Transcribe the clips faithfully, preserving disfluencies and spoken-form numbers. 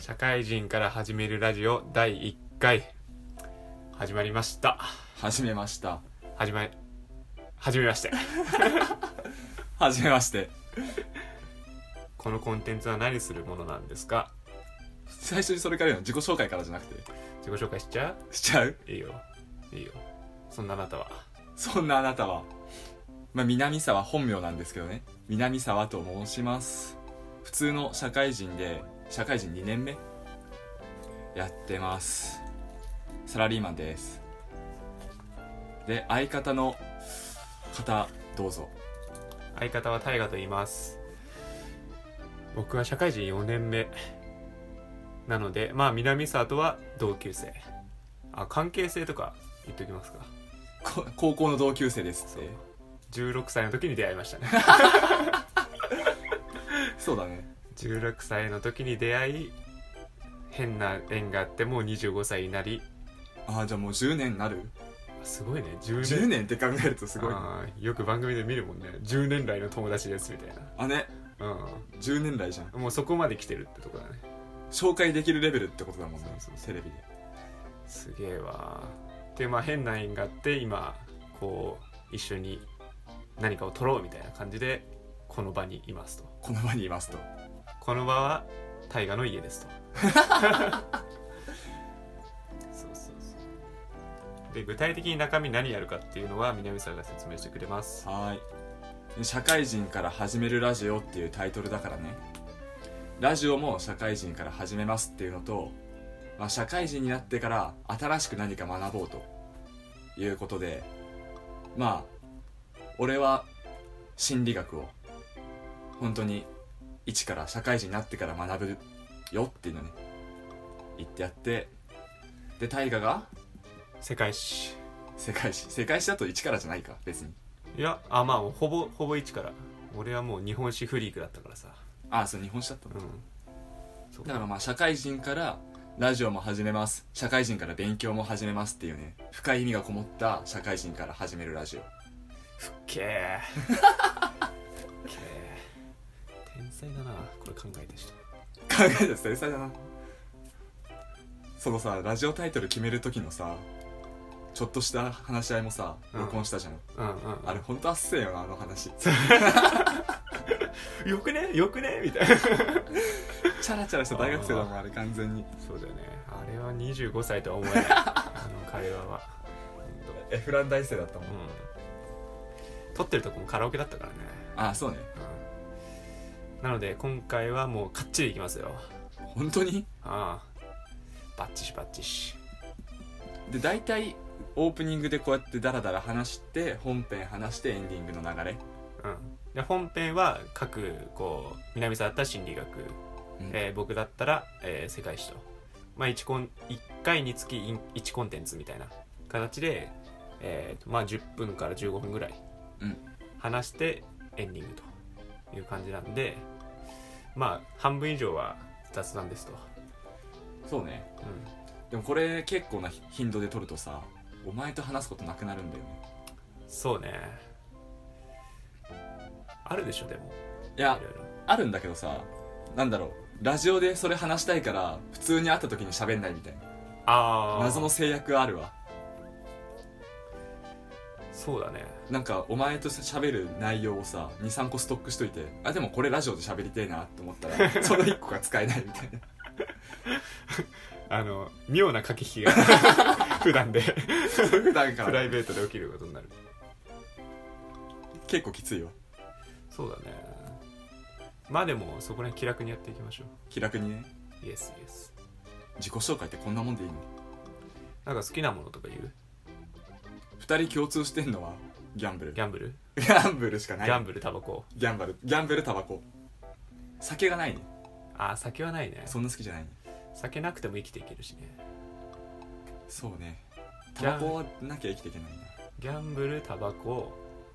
社会人から始めるラジオだいいっかい始まりました。 始めました始まり始めまして始めましてこのコンテンツは何するものなんですか？ 最初にそれから言うの自己紹介からじゃなくて自己紹介しちゃう？ しちゃう？ いいよいいよ。そんなあなたはそんなあなたはまあ南沢本名なんですけどね、南沢と申します。普通の社会人で社会人にねんめやってます。サラリーマンです。で相方の方どうぞ。 相方は大河と言います。僕は社会人よねんめなので、まあ南沢とは同級生。あ、関係性とか言っておきますか。 高校の同級生ですって。 じゅうろくさいの時に出会いましたねそうだね。 じゅうろくさいの時に出会い、変な縁があってもうにじゅうごさいになり。 ああ、じゃあもうじゅうねんになる。 すごいね。じゅうねん、 じゅうねんって考えるとすごいね。 あ、よく番組で見るもんね。じゅうねん来の友達ですみたいな。 あね、 うん、 じゅうねん来じゃん。 もうそこまで来てるってとこだね。 紹介できるレベルってことだもんね。 そうそうテレビで。 すげえわ。でまあ変な縁があって今こう一緒に何かを撮ろうみたいな感じでこの場にいますと。 この場にいますと。 この場は大河の家ですとそうそうそうで具体的に中身何やるかっていうのは南沢が説明してくれます。 はい。社会人から始めるラジオっていうタイトルだからね。ラジオも社会人から始めますっていうのと、まあ、社会人になってから新しく何か学ぼうということで、まあ俺は心理学を本当に一から社会人になってから学ぶよっていうのね言ってやって、で大河が世界史。 世界史世界史だと一からじゃないか別に。 いや、あ、まあほぼほぼ一から。俺はもう日本史フリークだったからさ。 ああ、そう日本史だったの、 うん、そうだからまあ社会人からラジオも始めます、社会人から勉強も始めますっていうね、深い意味がこもった社会人から始めるラジオ。 ふっけーふっけー天才だなこれ考えた人。 考えた天才だな。そのさラジオタイトル決める時のさちょっとした話し合いもさ、うん、録音したじゃん、 うんうんうん、 あれほんとあっせえよなあの話よくねよくねみたいなチャラチャラした大学生だもんあれ完全に。 そうだよね。あれはにじゅうごさいとは思えないあの会話はエフラン大生だったもん、うん、 撮ってるとこもカラオケだったからね。 ああそうね、 うん、なので今回はもうかっちりいきますよ。 本当に？ ああバッチシバッチシで大体オープニングでこうやってダラダラ話して本編話してエンディングの流れ。 うん。で本編は各こう南沢だったら心理学、うんえー、僕だったら、えー、世界史と、まあ、いち, コンいっかいにつきいちコンテンツみたいな形で、えーまあ、じゅっぷんからじゅうごふんぐらい話してエンディングという感じなんで、まあ半分以上は雑談ですと。 そうね、うん、でもこれ結構な頻度で撮るとさお前と話すことなくなるんだよね。 そうね。あるでしょでも。 いやいろいろあるんだけどさ、なんだろうラジオでそれ話したいから普通に会った時に喋んないみたいな、 あ謎の制約あるわ。 そうだね。なんかお前と喋る内容をさ にさんこストックしといて、あでもこれラジオで喋りたいなって思ったらそのいっこが使えないみたいなあの妙な駆け引きが普段で普段からプライベートで起きることになる。 結構きついよ。 そうだね。まあでもそこら辺気楽にやっていきましょう。 気楽にね。 イエスイエス。 自己紹介ってこんなもんでいいの？ なんか好きなものとか言う？ 二人共通してんのはギャンブル。 ギャンブル？ ギャンブルしかない。 ギャンブルタバコ。 ギャンブルギャンブルタバコ。酒がないね。 あ、酒はないね。 そんな好きじゃないね。 酒なくても生きていけるしね。 そうね。タバコなきゃ生きていけないな。 ギャンブルタバコ。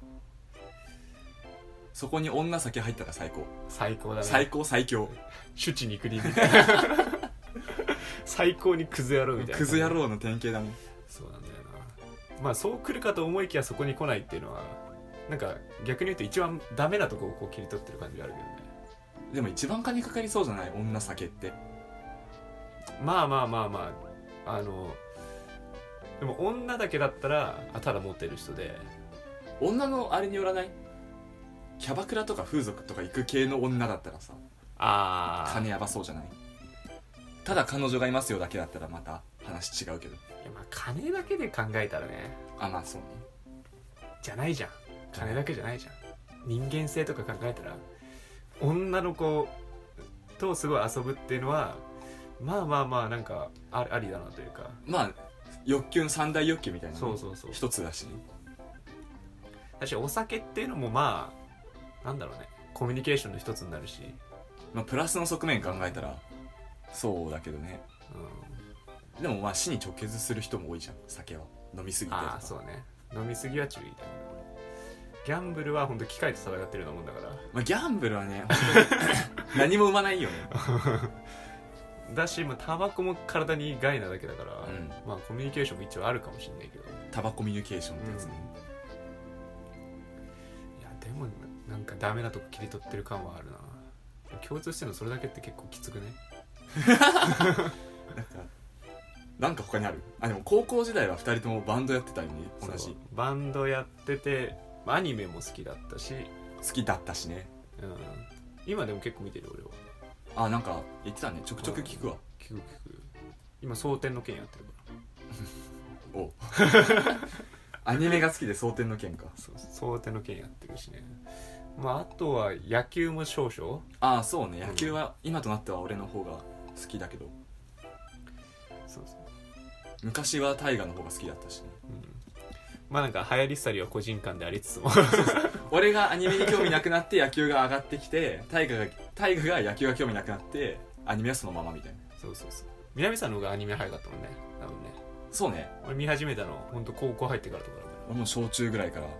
そこに女酒入ったら最高。 最高だね。 最高最強。 シュチ肉林みたいな最高にクズ野郎みたいな。 クズ野郎の典型だもん。 そうなんだよな。まあそう来るかと思いきやそこに来ないっていうのはなんか逆に言うと一番ダメなとこをこう切り取ってる感じがあるけどね。 でも一番金かかりそうじゃない？女酒って。 まあまあまあまああのでも女だけだったらあただ持ってる人で、 女のあれによらない？キャバクラとか風俗とか行く系の女だったらさ、 ああ金やばそうじゃない？ただ彼女がいますよだけだったらまた話違うけど。 いやまあ金だけで考えたらね、 あ、まあそうね。 じゃないじゃん、金だけじゃないじゃん。人間性とか考えたら女の子とすごい遊ぶっていうのはまあまあまあなんかあありだなというか、 まあ欲求の三大欲求みたいな、ね、 そうそうそう一つだしね。 私お酒っていうのもまあなんだろうね、コミュニケーションの一つになるし、 まあプラスの側面考えたらそうだけどね、 うん、 でもまあ死に直結する人も多いじゃん、酒は飲みすぎてとか。 ああそうね、飲みすぎは注意だよね。ギャンブルは本当機械と戦ってるようなもんだから、 まあ、ギャンブルはね本当に何も生まないよねだし、まあ、タバコも体に害なだけだから、 うんまあコミュニケーションも一応あるかもしれないけど、 タバコミュニケーションってやつね、 いやでもなんかダメなとこ切り取ってる感はあるな。共通してるのそれだけって結構きつくね。 なんかなんか他にある？あ、でも高校時代はふたりともバンドやってたよね。同じバンドやっててアニメも好きだったし、 好きだったしね。 うん、今でも結構見てる俺は。 あ、なんか言ってたね、ちょくちょく聞くわ。 聞く聞く。今蒼天の剣やってるからおアニメが好きで蒼天の剣か。 そう蒼天の剣やってるしね。まああとは野球も少々。 ああそうね、野球は今となっては俺の方が好きだけど、 そうそう、 昔はタイガの方が好きだったしね、 うん、まあなんか流行り廃りは個人間でありつつも俺がアニメに興味なくなって野球が上がってきて、タイガがタイガが野球が興味なくなってアニメはそのままみたいな。 そうそうそう、南さんの方がアニメ早かったもんね多分ね。 そうね、 俺見始めたの本当高校入ってからとかだから。 俺も小中ぐらいから。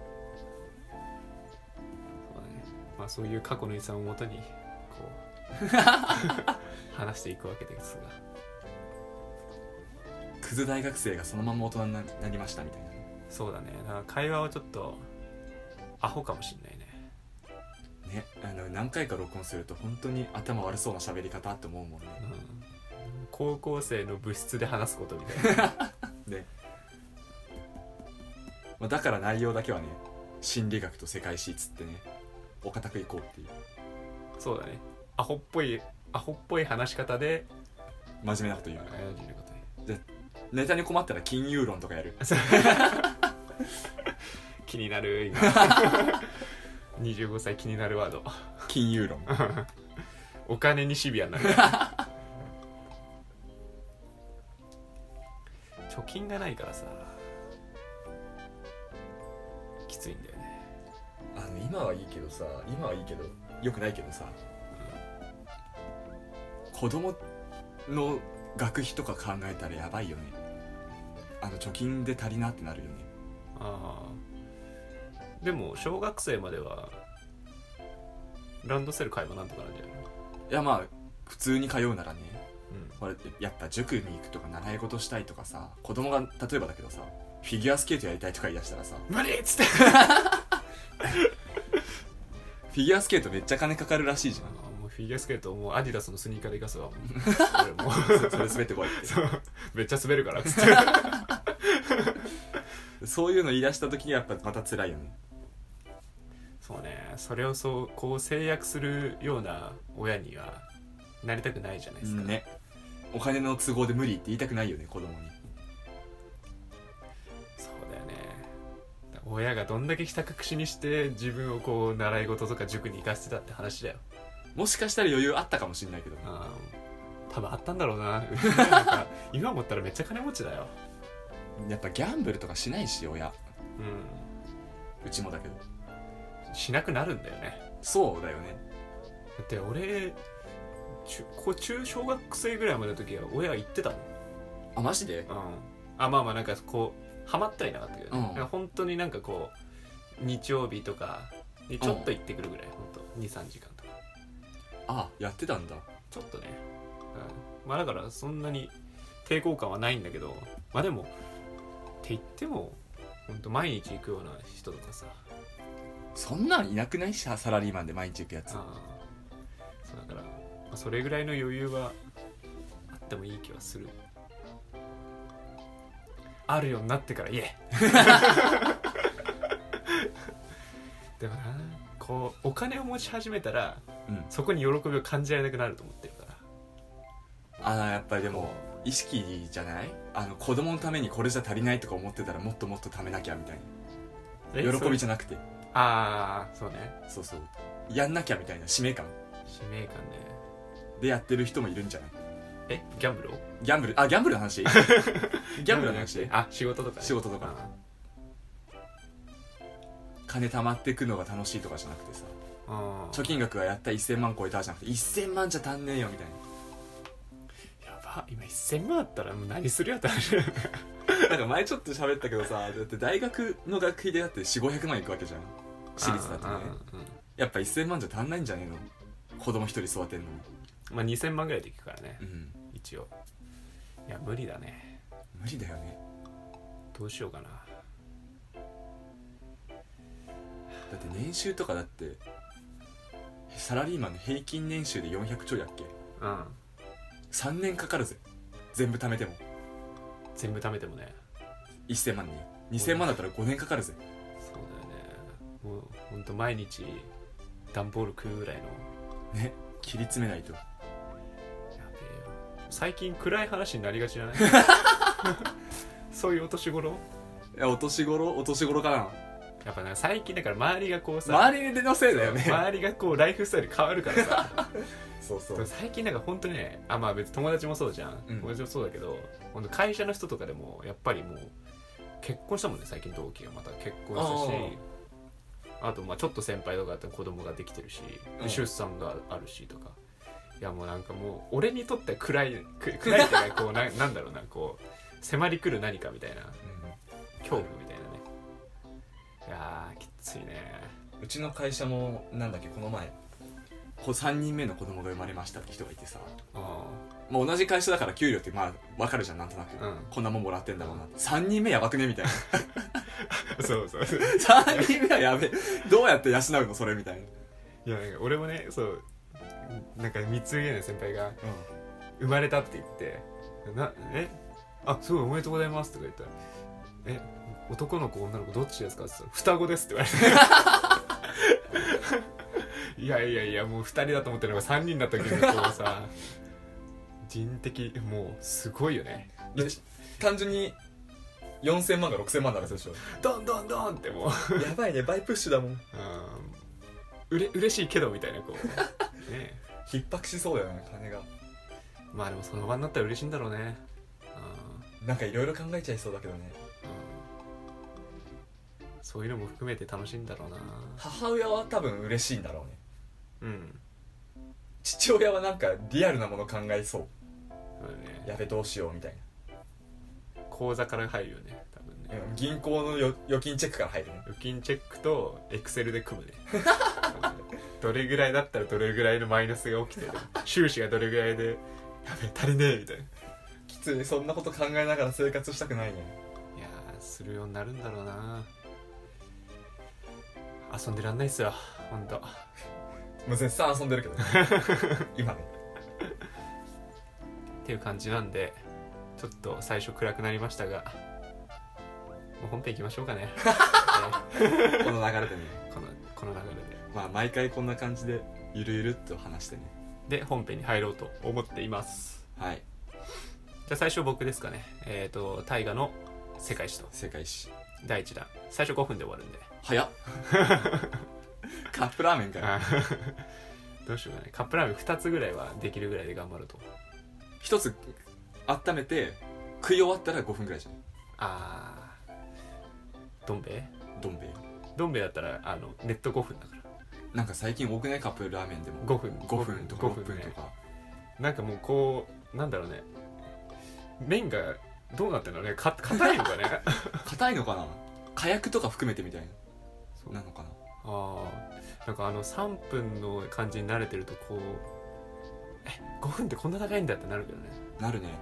そうだね、まあそういう過去の遺産をもとにこう話していくわけですが、 クズ大学生がそのまま大人になりましたみたいな。 そうだね、だから会話はちょっとアホかもしんないね。 ね、あの何回か録音すると本当に頭悪そうな喋り方って思うもんね、 うん、高校生の部室で話すことみたいなね、まあ、だから内容だけはね、心理学と世界史っつってね、お堅くいこうっていう。 そうだね、アホっぽいアホっぽい話し方で真面目なこと言う。 真面目なことじゃネタに困ったら金融論とかやる気になる今にじゅうごさい気になるワード金融論お金にシビアになる貯金がないからさきついんだよね。 あの今はいいけどさ、今はいいけどよくないけどさ、うん、子供の学費とか考えたらやばいよね。あの貯金で足りなってなるよね。 ああ、でも小学生まではランドセル買えばなんとかなんじゃないの？ いやまあ普通に通うならね、 うん、 これやっぱ塾に行くとか習い事したいとかさ、子供が例えばだけどさフィギュアスケートやりたいとか言い出したらさ無理っつってフィギュアスケートめっちゃ金かかるらしいじゃん。 あもうフィギュアスケートもうアディダスのスニーカーで行かすわもう俺もそれ滑ってこいってそうめっちゃ滑るからっつってそういうの言い出した時にやっぱまた辛いよね。 そうね、それをそうこう制約するような親にはなりたくないじゃないですか、 ね、お金の都合で無理って言いたくないよね、子供に。 そうだよね、親がどんだけひた隠しにして自分をこう習い事とか塾に行かせてたって話だよ。 もしかしたら余裕あったかもしれないけど、 あ多分あったんだろうななんか今思ったらめっちゃ金持ちだよ。 やっぱギャンブルとかしないし親、 うん、 うちもだけどしなくなるんだよね。 そうだよね。 だって俺中こう中小学生ぐらいまでの時は親言ってたの。 あ、マジで？ うん、あまあまあなんかこうハマってはいなかったけど、ね、 うん、 本当になんかこう日曜日とかにちょっと行ってくるぐらい、うん、本当にさんじかんとか。 あ、やってたんだ。 ちょっとね、うん、まあだからそんなに抵抗感はないんだけど、まあでもって言っても本当毎日行くような人とかさ、 そんなんいなくないし、サラリーマンで毎日行くやつ。 あそうだから、まあ、それぐらいの余裕はあっってもいい気はする。あるようになってから言えでもな、こうお金を持ち始めたら、うん、そこに喜びを感じられなくなると思ってるから。 ああ、やっぱりでも意識じゃない？あの子供のためにこれじゃ足りないとか思ってたらもっともっと貯めなきゃみたいな、喜びじゃなくて、 ああそうね、 そうそう、やんなきゃみたいな使命感使命感ねでやってる人もいるんじゃない？ え、ギャンブルを？ ギャンブル、あ、ギャンブルの話ギャンブルの話あ、仕事とかね。 仕事とか金貯まってくのが楽しいとかじゃなくてさ、貯金額がやったせんまん超えたじゃなくてせんまんじゃ足んねえよみたいな。やば、今せんまんあったらもう何するやって話なんか前ちょっと喋ったけどさ、だって大学の学費でだってよんひゃくごひゃくまんいくわけじゃん、私立だとね。やっぱせんまんじゃ足んないんじゃねえの、子供一人育てんのに。 まあにせんまんぐらいでいくからね、 うん、 一応。いや無理だね。 無理だよね。 どうしようかな。 だって年収とかだってサラリーマンの平均年収でよんひゃくちょいだっけ。 うん、 さんねんかかるぜ、全部貯めても。 全部貯めてもねせんまんににせんまんだったらごねんかかるぜ。 そうだよね。もうほんと毎日段ボール食うぐらいのね、切り詰めないと。やべえよ。最近暗い話になりがちじゃないそういうお年頃。 いや、お年頃お年頃かな。 やっぱなんか最近だから周りがこうさ、 周りのせいだよね。 周りがこうライフスタイル変わるからさそうそう、 最近なんか本当にね、あ、まあ別に友達もそうじゃん、うん、友達もそうだけど、本当会社の人とかでもやっぱりもう結婚したもんね、最近同期がまた結婚したし、あとまあちょっと先輩とかだったら子供ができてるし、出産があるしとか。いやもうなんかもう俺にとっては暗い暗いっていうかこうななんだろうな、こう迫り来る何かみたいな、うん、恐怖みたいなね。いやーきついね。 うちの会社もなんだっけ、この前こうさんにんめの子供が生まれましたって人がいてさ、あ、まあ、同じ会社だから給料ってまあ分かるじゃん、なんとなく、うん、こんなもんもらってんだろうなって、さんにんめやばくねみたいなそうそうさんにんめはやべえ、どうやって養うのそれみたいな。 いやなんか俺もね、そうなんかみっつ上の先輩が、うん、生まれたって言ってな、えあ、すごいおめでとうございますとか言ったら、え男の子女の子どっちですかって言ったら双子ですって言われていやいやいや、もうふたりだと思ってるのがさんにんだったけど、こうさ人的もうすごいよね。 単純によんせんまんがろくせんまんだろ、でしょ。 ドンドンドンってもうやばいね、倍プッシュだもん。 うれ嬉しいけどみたいな、こうね、 逼迫しそうだよね、金が。 まあでもその場になったら嬉しいんだろうね。 なんかいろいろ考えちゃいそうだけどね。 そういうのも含めて楽しいんだろうな。 母親は多分嬉しいんだろうね。 うん。 父親はなんかリアルなもの考えそう。 そうだね。 やべどうしようみたいな。 口座から入るよね、多分ね。 うん、銀行のよ預金チェックから入るね。 預金チェックとエクセルで組むね。どれぐらいだったらどれぐらいのマイナスが起きてる、収支がどれぐらいでやべ足りねえみたいな。 きつい、そんなこと考えながら生活したくないね。 いやー、するようになるんだろうな。遊んでらんないっすよ、ほんと。 もう絶賛遊んでるけどね今ねっていう感じなんで、ちょっと最初暗くなりましたが、もう本編行きましょうかねこの流れでね、 このこの流れでまあ毎回こんな感じでゆるゆるっと話してね、 で本編に入ろうと思っています。 はい。 じゃあ最初僕ですかね。えっ、ー、と大河の世界史と世界史だいいちだん、最初ごふんで終わるんで。 早っカップラーメンかよどうしようかね。カップラーメンふたつぐらいはできるぐらいで頑張ると。 ひとつ温めて食い終わったらごふんぐらいじゃん。 あー、どん兵衛どん兵衛どん兵衛だったらあのネットごふんだから。 なんか最近多くない？カップラーメンでもごふんごふんとかろっぷんとか、 なんかもうこうなんだろうね、麺がどうなってんのね、か硬いのかね硬いのかな、火薬とか含めてみたいな、そうなのかな。 ああ、なんかあのさんぷんの感じに慣れてるとこう、えごふんってこんな長いんだってなるけどね。 なるね。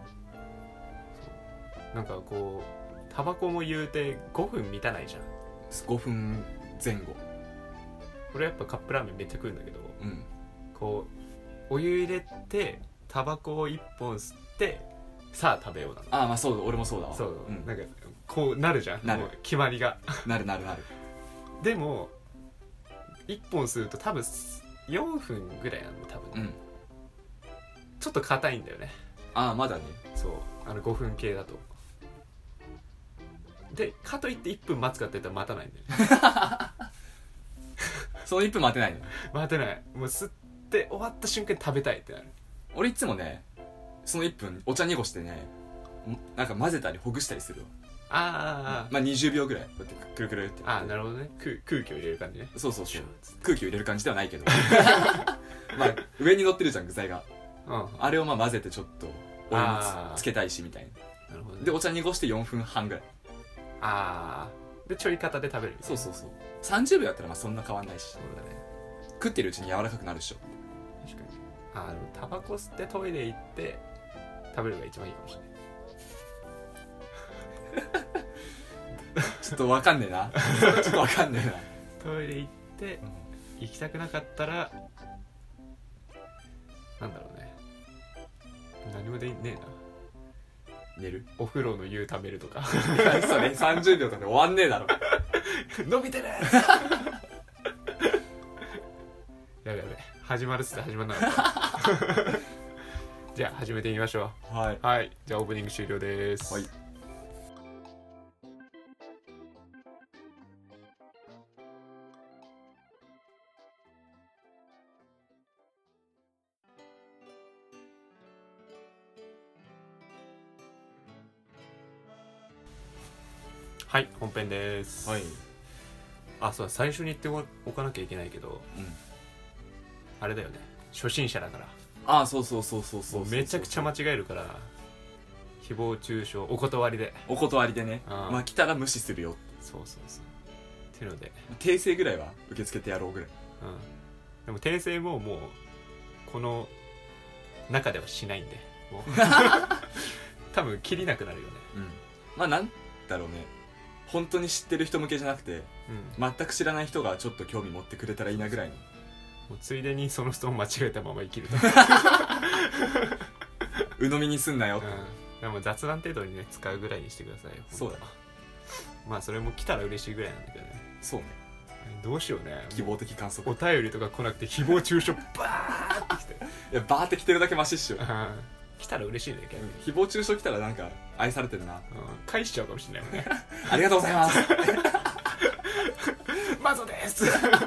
そうなんかこうタバコも言うてごふん満たないじゃん。 ごふんぜん後。 俺やっぱカップラーメンめっちゃ食うんだけど、 うん、 こうお湯入れてタバコをいっぽん吸ってさあ食べようなの。 ああまあそうだ俺もそうだわ。 そう、 うん、 なんかこうなるじゃん。 なるもう決まりがなるなるなる。 でもいっぽん吸うと多分よんぷんぐらいなの多分、うん、ちょっと硬いんだよね。 ああまだね。 そうあのごふん系だと。でかといっていっぷん待つかって言ったら待たないんだよねそのいっぷん待てないの？ 待てない。もう吸って終わった瞬間に食べたいってなる。 俺いつもねそのいっぷんお茶濁してねなんか混ぜたりほぐしたりするわ。 ああまあにじゅうびょうぐらいこうやってくるくるって。 ああなるほどね。空, 空気を入れる感じね。 そうそうそう空気を入れる感じではないけどまあ上に乗ってるじゃん具材が、うん、あれをまあ混ぜてちょっとお湯に つ, つけたいしみたいな。なるほど、ね、でお茶濁してよんぷんはんぐらい。 ああでちょい方で食べるみたいな。 そうそうそうさんじゅうびょうやったらまあそんな変わんないし。そうだね。食ってるうちに柔らかくなるっしょ。 確かに。あのタバコ吸ってトイレ行って食べるのが一番いいかもしれないちょっとわかんねえなちょっとわかんねえな。 トイレ行って、うん、行きたくなかったらなんだろうね何もでねえな。 寝る？ お風呂の湯食べるとかそれさんじゅうびょうとかで終わんねえだろ伸びてるやべやべ始まるっつって始まんなかったじゃあ始めてみましょう。はい、 はい、じゃあオープニング終了です。 はい。 はい、本編です。 はい。 あ、そうだ、最初に言っておかなきゃいけないけど、うん、あれだよね、初心者だから。 あ、そうそうそうそうそうそう、 めちゃくちゃ間違えるから、誹謗中傷お断りで。 お断りでね。まあ来たら無視するよ。 そうそうそう。っていうので、 訂正ぐらいは受け付けてやろうぐらい。 うん。でも訂正ももうこの中ではしないんで、もう多分切りなくなるよね。 うん。まあなんだろうね。本当に知ってる人向けじゃなくて、うん、全く知らない人がちょっと興味持ってくれたらいいなぐらいの。 もうついでにその人も間違えたまま生きると鵜呑みにすんなよ、うん、 でも雑談程度にね使うぐらいにしてくださいよ。 そうだ。 まあそれも来たら嬉しいぐらいなんだけどね。 そうね。 どうしようね。 希望的観測。 お便りとか来なくて誹謗中傷バーってきていやバーって来てるだけマシっしょ来たら嬉しいね。 誹謗中傷来たらなんか愛されてるな、うん、 返しちゃうかもしれないもんねありがとうございますマゾです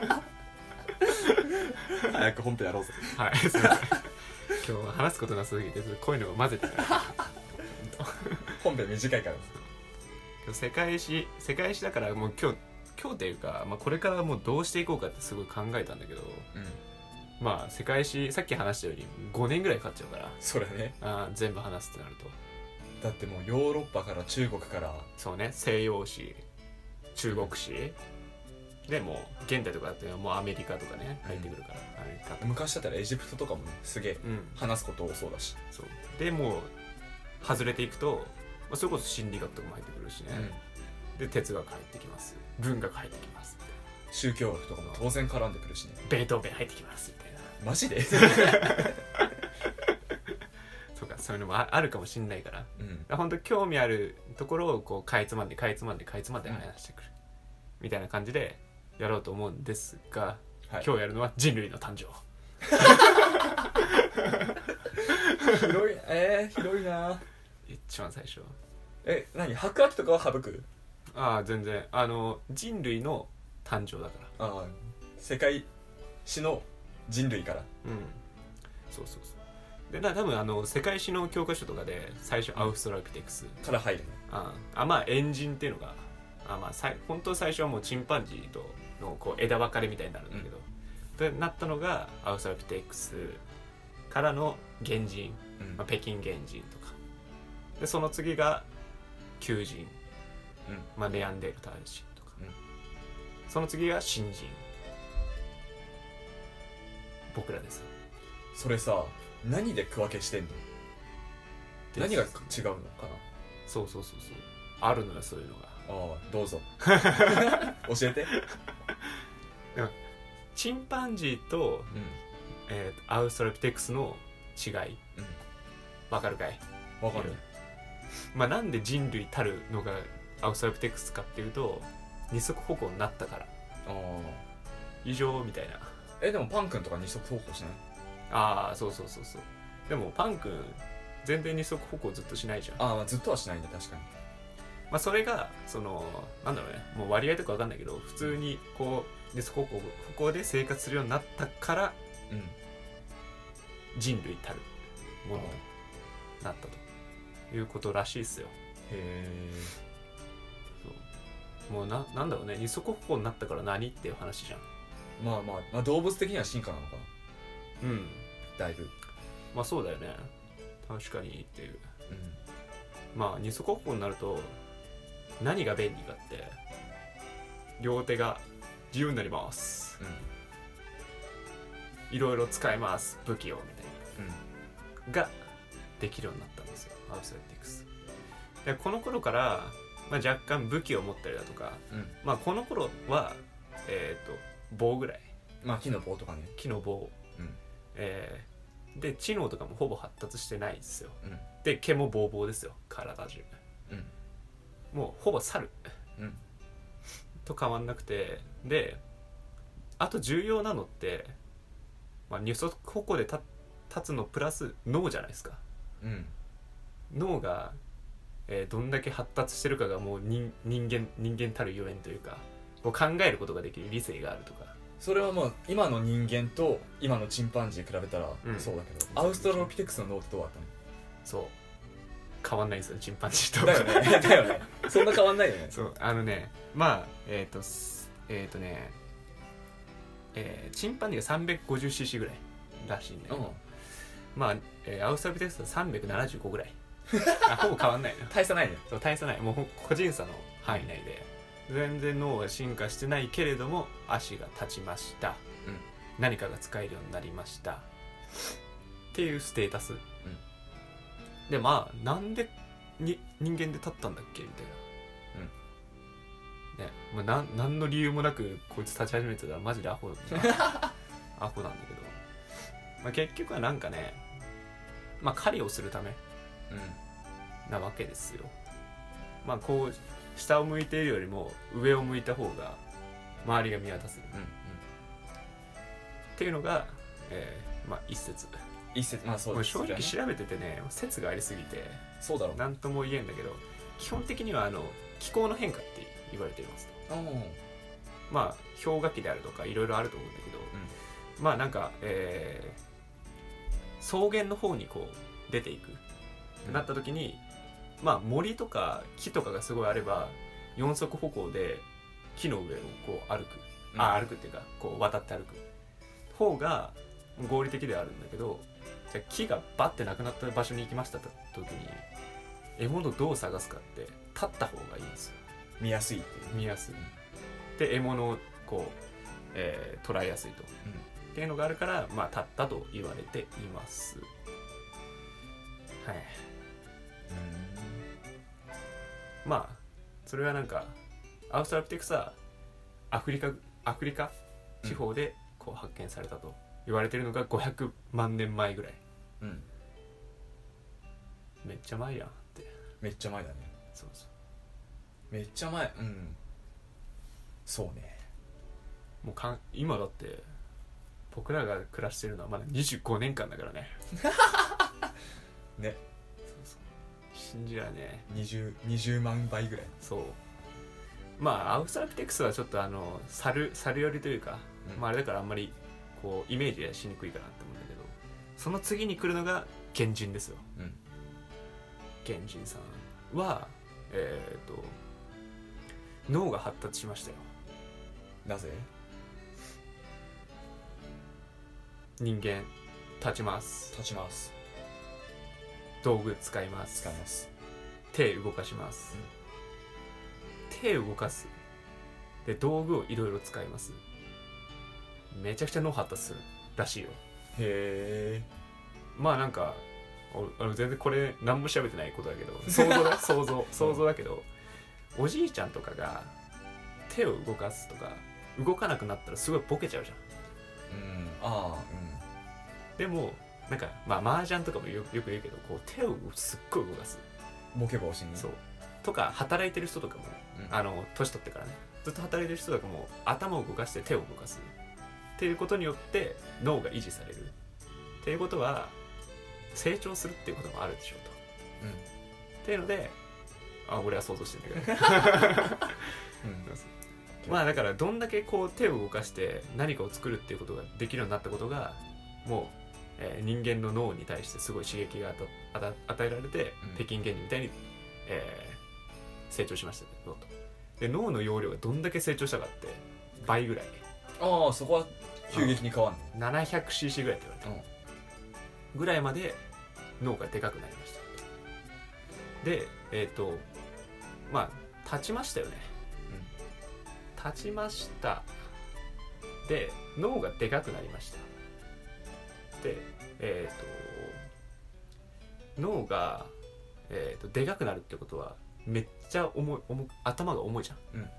早く本編やろうぜ。 はいすいません今日は話すことなさすぎてこういうのを混ぜて本編短いからです。世界史世界史だからもう今日今日っていうか、まあ、これからもうどうしていこうかってすごい考えたんだけど、うん、まあ世界史さっき話したようにごねんぐらいかかっちゃうから。 それね。 あ全部話すってなるとだってもうヨーロッパから中国からそうね西洋史中国史でもう現代とかだってもうアメリカとかね入ってくるから、うん、アメリカ昔だったらエジプトとかもねすげえ話すこと多そうだし、 うん、そうでもう外れていくと、まあ、それこそ心理学とかも入ってくるしね、うん、で哲学入ってきます文学入ってきます宗教学とかも当然絡んでくるしねベートーベン入ってきますみたいな。 マジでそうかそういうのも あ, あるかもしんないから、うん、本当興味あるところをこうかいつまんでかいつまんでかいつまんで話してくる、うん、みたいな感じでやろうと思うんですが、はい、今日やるのは人類の誕生広いえー、広いな。 一番最初え何白亜紀とかは省く？ ああ全然あの人類の誕生だから。 ああ世界史の人類から。 うんそうそうそうでな多分あの世界史の教科書とかで最初アウストラピテクスから入るね。 ああまあエンジンっていうのがあまあさい本当最初はもうチンパンジーとのこう枝分かれみたいになるんだけど、うん、でなったのがアウストラピテクスからの原人、うんまあ、北京原人とかでその次が旧人、うんまあ、ネアンデルタール人とか、うん、その次が新人僕らです。 それさ何で区分けしてんの？何が違うのかな？ そうそうそうそうあるのよそういうのが。 ああどうぞ教えて。 チンパンジーと、うんえー、アウストラピテクスの違い、 うんわかるかい？ わかる。 まあなんで人類たるのがアウストラロピテクスかっていうと、二足歩行になったから。 ああ。 異常みたいな。 え、でもパン君とか二足歩行しない？ ああ、そうそうそうそう。でもパン君全然二足歩行ずっとしないじゃん。 ああ、まあずっとはしないね、確かに。 まあそれがそのなんだろうね、もう割合とかわかんないけど、普通にこう二足歩行歩行で生活するようになったから、 うん、 人類たるものとなったということらしいっすよ。 へえ。 そう、もうな、なんだろうね、二足歩行になったから何っていう話じゃん。 まあまあ、まあ、動物的には進化なのかな。 うん、 だいぶ。 まあそうだよね、確かにっていう。 うん、 まあ二足歩行になると何が便利かって、両手が自由になります、いろいろ使えます、武器をみたいな、うん、ができるようになったんですよ、アウストラロピテクスで。この頃から、まあ、若干武器を持ったりだとか、うん、まあこの頃はえっ、ー、と棒ぐらい、まあ木の棒とかね、 木の棒、うん、えー、で知能とかもほぼ発達してないんですよ、うん、で毛もボーボーですよ、体中、うん、もうほぼ猿、うん、と変わんなくて、であと重要なのって、まあ、二足歩行で立つのプラス脳じゃないですか、うん、脳が、えー、どんだけ発達してるかがもう 人, 人間人間たるゆえんというか、こう考えることができる理性があるとか。 それはもう今の人間と今のチンパンジー比べたらそうだけど、うん、アウストラロピテクスの脳ってどうだったの？ そう変わんないんですよ、チンパンジーと。 だよねだよねそんな変わんないよね。 そう、あのね、まあえっ、ー、とえっ、ー、とねえー、チンパンジーが さんびゃくごじゅうシーシー ぐらいらしいんだけど、うん、まあ、えー、アウストラロピテクスはさんびゃくななじゅうごぐらいあ、ほぼ変わんないの。 大差ないね。 そう、大差ない、もう個人差の範囲内で全然脳が進化してないけれども足が立ちました、うん、何かが使えるようになりましたっていうステータス、うん、でまあなんでに人間で立ったんだっけみたいな、うんね、まあ、な何の理由もなくこいつ立ち始めてたらマジでアホアホなんだけど、まあ、結局はなんかね、まあ狩りをするため、うん、なわけですよ。まあこう下を向いているよりも上を向いた方が周りが見渡せる、うんうん、っていうのが、えー、まあ一説一説、まあそうです。 もう正直調べててね、説がありすぎてそうだろう、 なんとも言えんだけど、基本的にはあの気候の変化って言われていますと。まあ氷河期であるとかいろいろあると思うんだけど、うん、まあなんか、えー、草原の方にこう出ていくってなった時に、うん、まあ森とか木とかがすごいあれば四足歩行で木の上をこう歩く、うん、あ歩くっていうかこう渡って歩く方が合理的ではあるんだけど、じゃあ木がバッてなくなった場所に行きましたって時に獲物どう探すかって立った方がいいんですよ。 見やすいっていう。 見やすいで獲物をこう、えー、捉えやすいと、うん、っていうのがあるから、まあ立ったと言われています。はい。うん、まあそれはなんかアウストラロピテクスはアフリカアフリカ地方でこう発見されたと言われてるのがごひゃくまんねんまえぐらい、うん、めっちゃ前やんって。 めっちゃ前だね。 そうそう、 めっちゃ前。うん、そうね。 もうかん今だって僕らが暮らしてるのはまだにじゅうごねんかんだからねね、そうそう、信じられねえ。 20, 20万倍ぐらい。 そう、まあアウストラロピテクスはちょっとあの猿猿寄りというか、うん、まああれだからあんまりこうイメージはしにくいかなって思うんだけど、その次に来るのが原人ですよ、うん、原人さんはえっ、ー、と脳が発達しましたよ。 なぜ？ 人間立ちます。 立ちます。 道具使います。 使います。 手動かします、うん、手動かすで道具をいろいろ使います。めちゃくちゃ脳発達するらしいよ。 へえ。 まあなんかあの全然これ何も調べてないことだけど想像だ想像想像だけど、おじいちゃんとかが手を動かすとか動かなくなったらすごいボケちゃうじゃん。うん、ああ、うん。でもなんかまあ麻雀とかも よ, よく言うけどこう手をすっごい動かすボケ防止にそうとか働いてる人とかも、 うん、 あの年取ってからねずっと働いてる人とかも頭を動かして手を動かすっていうことによって脳が維持されるっていうことは成長するっていうこともあるでしょうと、うん、っていうのであ俺は想像してるんだけど、うん、まあだからどんだけこう手を動かして何かを作るっていうことができるようになったことがもう、えー、人間の脳に対してすごい刺激が与えられて、うん、北京原人みたいに、えー、成長しました脳とで脳の容量がどんだけ成長したかって倍ぐらいああそこは急激に変わんのななひゃくシーシー ぐらいって言われた、うん、ぐらいまで脳がでかくなりましたでえっ、ー、とまあ立ちましたよね、うん、立ちましたで脳がでかくなりましたでえっ、ー、と脳が、えー、とでかくなるってことはめっちゃ重い重頭が重いじゃん、うん、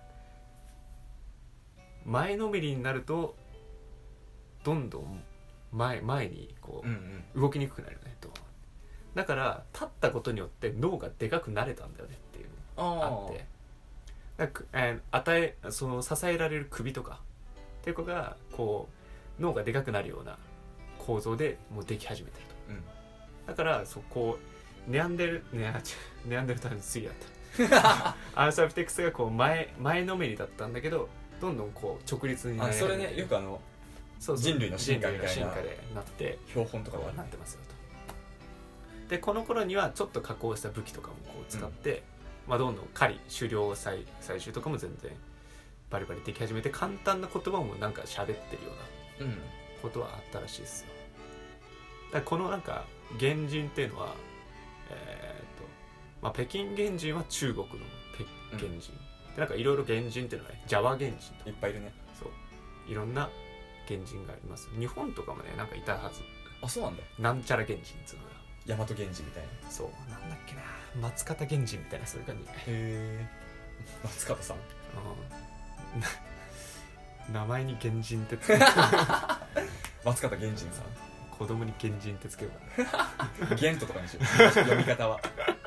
前のめりになるとどんどん前前にこう、うんうん、動きにくくなるよねとだから立ったことによって脳がでかくなれたんだよねっていうのがあってだから、えー、与えその支えられる首とかっていうことがこう脳がでかくなるような構造でもうでき始めてると、うん、だからそこネアンデルネアネアンデルタールの次だったアンサルピテクスがこう 前, 前のめりだったんだけどどんどんこう直立になるあそれねよくあのそうそう人類の進化みたいな進化でなって標本とかはなってますよとでこの頃にはちょっと加工した武器とかもこう使って、うんまあ、どんどん狩り狩猟採採集とかも全然バリバリでき始めて簡単な言葉もなんか喋ってるようなことはあったらしいですよだからこのなんか原人っていうのはえー、っとまあ北京原人は中国の原人、うん、でなんかいろいろ原人っていうのはねジャワ原人といっぱいいるねそういろんな原人があります日本とかもねなんかいたはずあそうなんだなんちゃら原人っつうのが大和源氏みたいなそうなんだっけな松方源氏みたいなそういう感じへえ松方さん名前に源人ってつける松方源氏さん子供に源人ってつけようかなゲントとかにしよう読み方は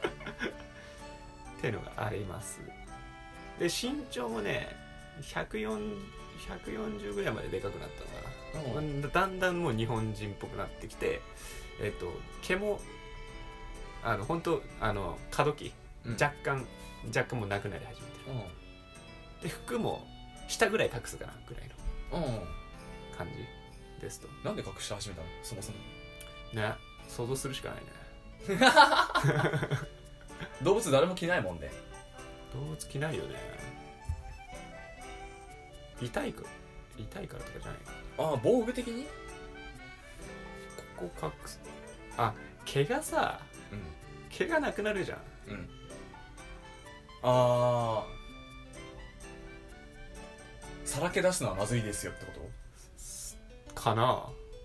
っていうのがありますで身長もねひゃくよんじゅうぐらいまででかくなったのかなだんだんもう日本人っぽくなってきてえっと毛もあの本当あの過渡期、うん、若干若干もうなくなり始めてる、うん、で服も下ぐらい隠すかなぐらいの感じですとなんで隠し始めたのそもそもね想像するしかないね動物誰も着ないもんね動物着ないよね痛いか痛いからとかじゃないかああ防具的にここ隠すあ毛がさ、うん、毛がなくなるじゃん、うん、 あーさらけ出すのはまずいですよってことかな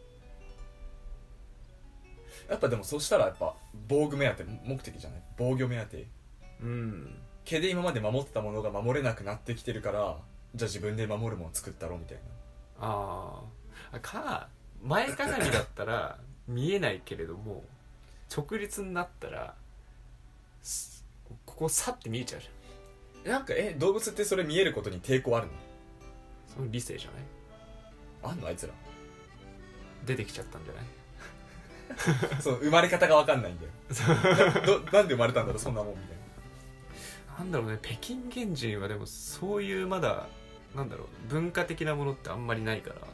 やっぱでもそしたらやっぱ防具目当て目的じゃない防御目当てうん毛で今まで守ってたものが守れなくなってきてるからじゃあ自分で守るもの作ったろみたいなああか前かがみだったら見えないけれども直立になったらここさって見えちゃうじゃんなんかえ動物ってそれ見えることに抵抗あるのその理性じゃないあんのあいつら出てきちゃったんじゃないそう生まれ方が分かんないんだよどなんで生まれたんだろうそんなもんみたいななんだろうね北京原人はでもそういうまだなんだろう文化的なものってあんまりないから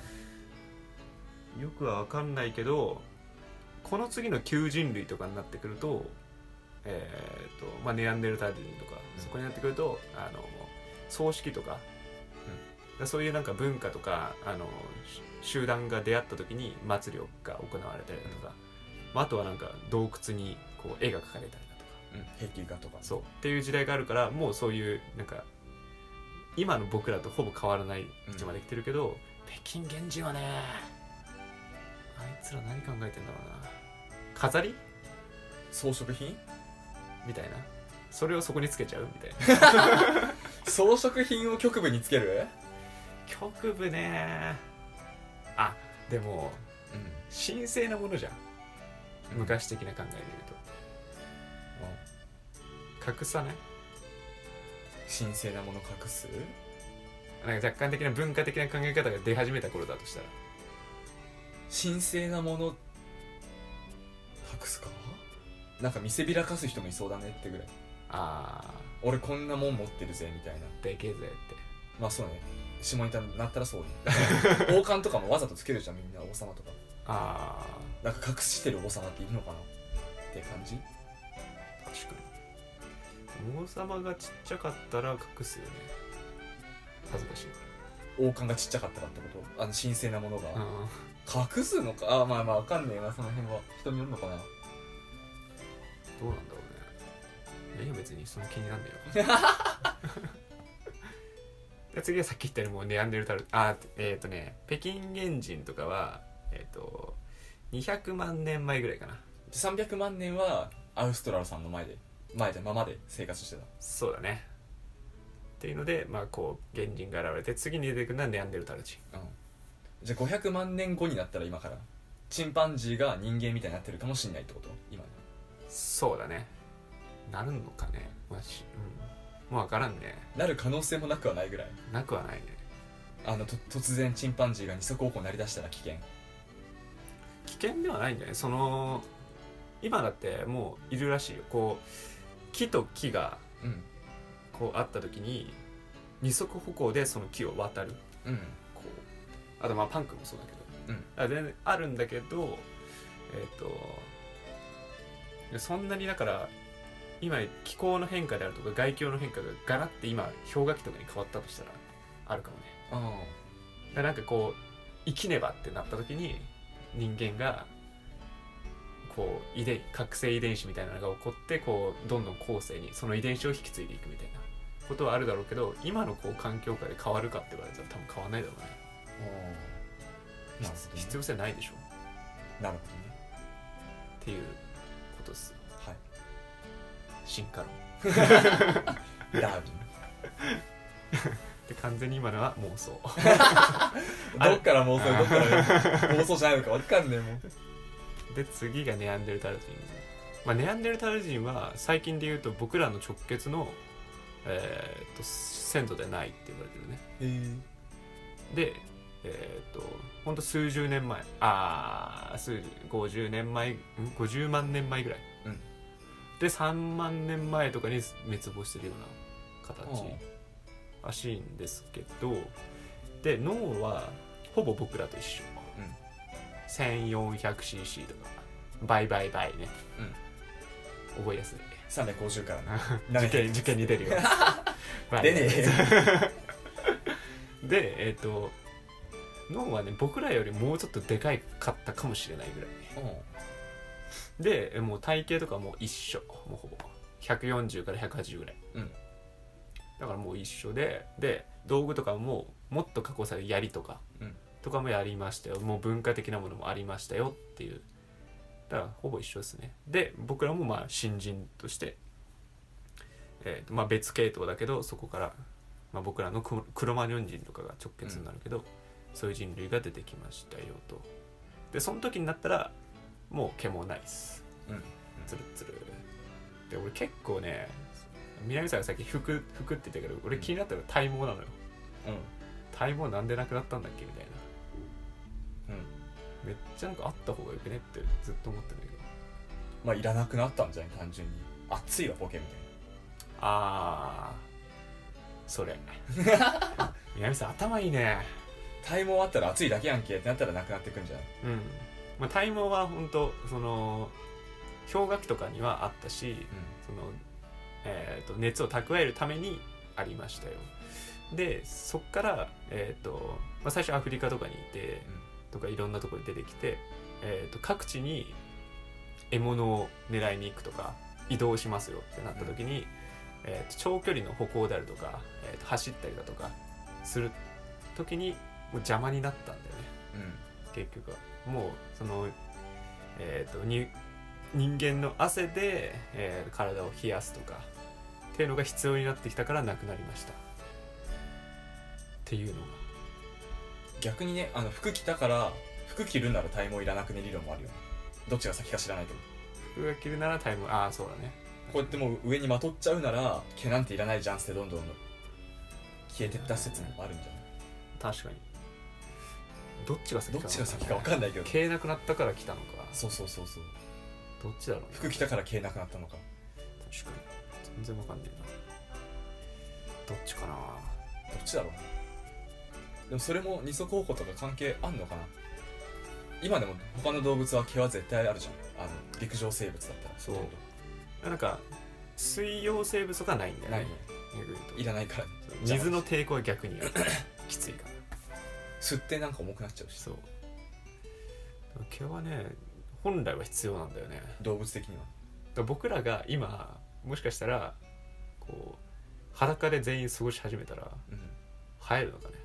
よくは分かんないけどこの次の旧人類とかになってくるとえーとまあ、ネアンデルタール人とか、うん、そこになってくるとあの葬式とか、うん、そういうなんか文化とかあの集団が出会った時に祭りが行われたりだとか、うんまあ、あとはなんか洞窟にこう絵が描かれたりだとか、 うん、壁画とかそうっていう時代があるからもうそういうなんか今の僕らとほぼ変わらない位置まで来てるけど、うん、北京原人はねあいつら何考えてんだろうな飾り装飾品みたいなそれをそこにつけちゃうみたいな装飾品を局部につける局部ねあでも、 神聖なものじゃん、 うん、 昔的な考えで言うと、隠さない？ 神聖なもの隠す？ なんか若干的な文化的な考え方が出始めた頃だとしたら、 神聖なもの隠すか？なんか見せびらかす人もいそうだねってぐらい。 ああ俺こんなもん持ってるぜみたいな。 でけえぜって。 まあそうね、下ネタになったらそうね。王冠とかもわざとつけるじゃん、みんな。王様とかああなんか隠してる王様っているのかなって感じ。 確かに王様がちっちゃかったら隠すよね、恥ずかしいか王冠がちっちゃかったらってこと？あの神聖なものが、 ら。うん隠すのか。あまあまあわかんねえな、その辺は人によるのかな。 どうなんだろうね。いや別にその気になんだよ。で次はさっき言ったようにもうネアンデルタル、あえっ、ー、とね北京原人とかはえっ、ー、とにひゃくまんねんまえぐらいかな。 さんびゃくまんねんはアウストラルさんの前で前でままで生活してた。 そうだね。っていうのでまあこう原人が現れて次に出てくるのはネアンデルタル人。 うん、じゃあごひゃくまんねんごになったら今からチンパンジーが人間みたいになってるかもしれないってこと？今の。 そうだね。なるのかね、まあし、うん、もう分からんね。 なる可能性もなくはないぐらい。 なくはないね。 あのと突然チンパンジーが二足歩行になりだしたら危険。 危険ではないんじゃない？その今だってもういるらしいよ。こう木と木がうんこうあった時に二足歩行でその木を渡る。 うんこうあとまあパンクもそうだけど、 うんあ全然あるんだけど、えっ、とそんなにだから今気候の変化であるとか外境の変化がガラッて今氷河期とかに変わったとしたらあるかもね。 あだからなんかこう生きねばってなった時に人間がこう遺伝覚醒遺伝子みたいなのが起こってこうどんどん後世にその遺伝子を引き継いでいくみたいなことはあるだろうけど、今のこう環境下で変わるかって言われたら多分変わらないだろうね。 あなるほどね。 必要性ないでしょなるほどね。 っていうことですよ。 はい進化論ダーウィンで完全に今のは妄想どっから妄想どっから妄想じゃないのか分かんねえもん。 で次がネアンデルタル人、まあ、ネアンデルタル人は最近で言うと僕らの直結の、えー、と先祖でないって言われてるね。 へえ。 でえっ、ー、とほんと数十年前あー数ごじゅうねんまえんごじゅうまんねんまえぐらい、うん、でさんまんねんまえとかに滅亡してるような形らしいんですけど、で脳はほぼ僕らと一緒、うん、せんよんひゃくシーシー とか倍倍倍ね、うん、覚えやすいさんびゃくごじゅうから 、ね、受験受験に出るよ出ねえでえっ、ー、と脳はね僕らよりもうちょっとでかいかったかもしれないぐらい、うん、でもう体型とかも一緒、もうほぼひゃくよんじゅうからひゃくはちじゅうぐらい、うん、だからもう一緒で、で道具とかももっと加工される槍とか、うん、とかもやりましたよ。もう文化的なものもありましたよっていう、だからほぼ一緒ですね。で僕らもまあ新人として、えーとまあ、別系統だけどそこから、まあ、僕らのクロマニョン人とかが直結になるけど、うん、そういう人類が出てきましたよと。でその時になったらもう毛もないです、うん、つるつるで。俺結構ね、南さんがさっき服服って言ったけど俺気になったのが体毛なのよ、うん、体毛なんでなくなったんだっけみたいな、うん、めっちゃなんかあった方がよくねってずっと思ってるんだけど、 まあいらなくなったんじゃない、単純に熱いわボケみたいな。 あーそれ南さん頭いいね。 体毛あったら熱いだけやんけってなったらなくなってくんじゃない。 うん、まあ、体毛は本当その氷河期とかにはあったし、うん、そのえー、と熱を蓄えるためにありましたよ。でそっから、えーとまあ、最初アフリカとかにいて、うん、とかいろんなところに出てきて、えー、と各地に獲物を狙いに行くとか移動しますよってなった時に、うん、えー、と長距離の歩行であるとか、えー、と走ったりだとかする時にもう邪魔になったんだよね、うん、結局はもうその、えー、とに人間の汗で、えー、体を冷やすとかっていうのが必要になってきたからなくなりましたっていうのが。 逆にね、あの服着たから服着るなら体毛いらなくね理論もあるよね。どっちが先か知らないけど、 服が着るならタイム、ああそうだね、 こうやってもう上にまとっちゃうなら毛なんていらないじゃんってどんどん消えてった説もあるんじゃない。 確かに。どっちが先かどっちが先か分かんないけど、 毛なくなったから来たのか。 そうそうそうそう、 どっちだろうね。 服着たから毛なくなったのか。 確かに全然わかんねえな。どっちかな。 どっちだろうね。でもそれも二足歩行とか関係あんのかな。今でも他の動物は毛は絶対あるじゃん、あの陸上生物だったら。 そうなんか水溶生物とかないんだよね。 ないね、いらないからね。 水の抵抗は逆にきついから吸ってなんか重くなっちゃうし。 そう毛はね本来は必要なんだよね、 動物的には。だから僕らが今もしかしたらこう裸で全員過ごし始めたら、うん、生えるのかね。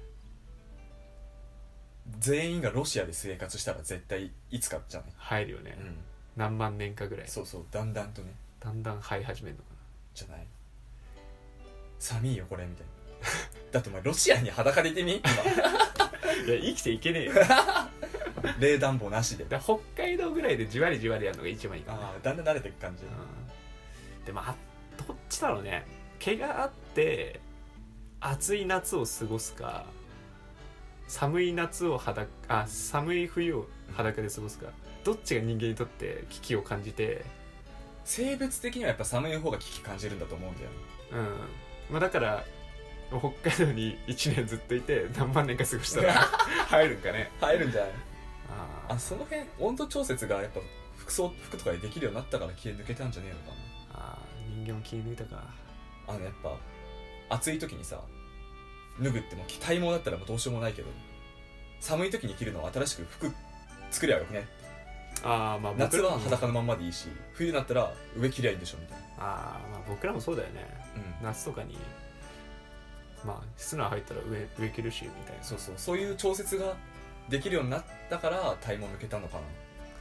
全員がロシアで生活したら絶対いつかじゃない生えるよね、 うん、 何万年かぐらい。 そうそう、だんだんとね、 だんだん生え始めるのかな。 じゃない、寒いよこれみたいなだってお前ロシアに裸でいてみ今いや生きていけねえよ冷暖房なしで。 だ北海道ぐらいでじわりじわりやるのが一番いいかな。 ああ、だんだん慣れていく感じ、 うん、でもあどっちだろうね。毛があって暑い夏を過ごすか、寒い夏を裸あ寒い冬を裸で過ごすか、どっちが人間にとって危機を感じて。 生物的にはやっぱ寒い方が危機感じるんだと思うんだよね。 うん、まあ、だから北海道にいちねんずっといて何万年か過ごしたら入るんかね。 入るんじゃない。 ああ、その辺温度調節がやっぱ服装服とかでできるようになったから気抜けたんじゃねえのかな。 あ人間も気抜いたか。 あのやっぱ暑い時にさ脱ぐってもう体毛だったらもうどうしようもないけど、寒い時に着るのは新しく服作りゃよくね。 あ、まあ、 夏は裸のまんまでいいし、冬になったら上着りゃいいんでしょみたいな。 あ、まあ僕らもそうだよね、うん、夏とかにまあ室内入ったら上上着るしみたいな。 そうそう、そういう調節ができるようになったから体毛抜けたのかな。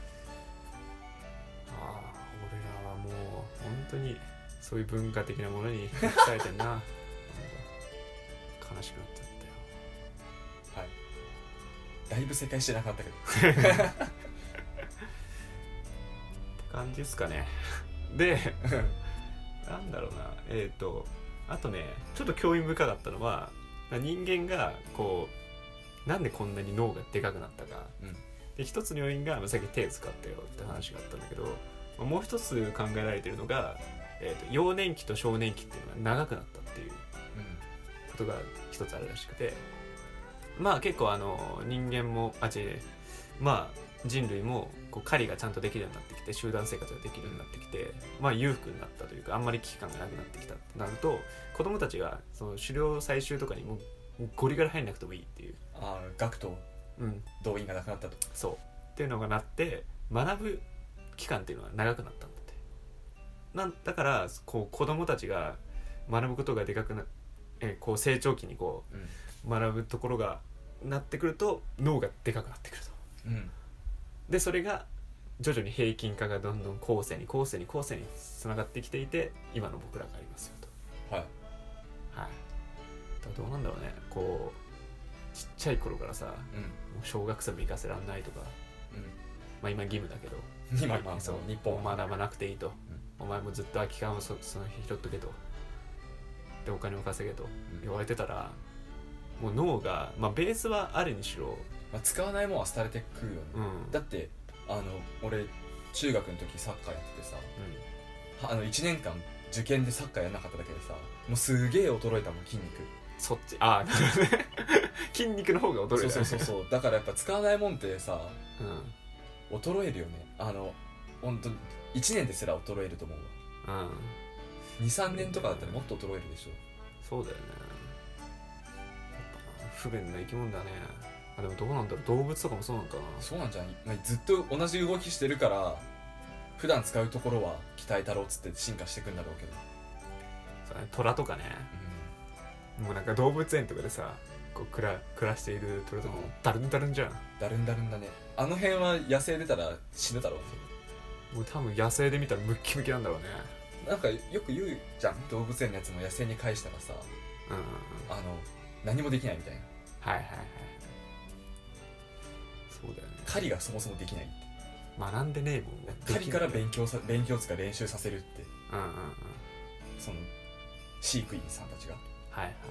ああ、俺らはもう本当にそういう文化的なものにされてんな悲しくなっちゃったよ。 はい、だいぶ正解してなかったけどって感じですかね。でなんだろうな、えっとあとねちょっと興味深かったのは、人間がこうなんでこんなに脳がでかくなったか、うん、で一つの要因がさっき手使ったよって話があったんだけど、もう一つ考えられているのが、えーと、幼年期と少年期っていうのが長くなったっていうことが一つあるらしくて、まあ結構あの人間もあ違うまあ人類もこう狩りがちゃんとできるようになってきて、集団生活ができるようになってきて、まあ裕福になったというか、あんまり危機感がなくなってきたってなると、子供たちがその狩猟採集とかにもゴリゴリ入んなくてもいいっていう、 ああ学徒動員がなくなったと、 うん、そうっていうのがなって、学ぶ期間っていうのが長くなったんだって。なんだからこう子供たちが学ぶことがでかくなえこう成長期にこう、うん、学ぶところがなってくると脳がでかくなってくると、うん、でそれが徐々に平均化がどんどん後世に後世に後世につながってきていて、今の僕らがありますよと。はいはい。どうなんだろうね、こうちっちゃい頃からさ、うん、もう小学生も行かせらんないとか、うん、まあ今義務だけど今まあそう日本学ばなくていいと、うん、お前もずっと空き缶を そ, その日拾っとけと、でお金を稼げと言われてたら、もう脳が、まあ、ベースはあるにしろ、 まあ、使わないもんは廃れてくるよね、うん、だってあの俺中学の時サッカーやっててさ、うん、あのいちねんかん受験でサッカーやらなかっただけでさ、もうすげえ衰えたもん筋肉。 そっちああなるほどね筋肉の方が衰える、ね、 そうそうそうそう、だからやっぱ使わないもんってさ、うん、衰えるよね。あのほんといちねんですら衰えると思うわ、うん、にさんねんとかだったらもっと衰えるでしょ。 そうだよね、不便な生き物だね。あでもどうなんだろう、動物とかもそうなんかな。 そうなんじゃない、ずっと同じ動きしてるから普段使うところは鍛えたろうっつって進化していくんだろうけど。 そうね、虎とかね、うん、もうなんか動物園とかでさこう暮ら、暮らしている虎とかもダルンダルンじゃん。 ダルンダルンだね。あの辺は野生出たら死ぬだろうね。 もう多分野生で見たらムッキムキなんだろうね。 なんかよく言うじゃん、動物園のやつも野生に返したらさ、うんうんうん、あの何もできないみたいな。 はいはいはい、そうだよね。 狩りがそもそもできないって。 学んでねえもんね。 狩りから勉強さ勉強つか練習させるって、 うんうんうん、 その飼育員さんたちが。 はいはいはい。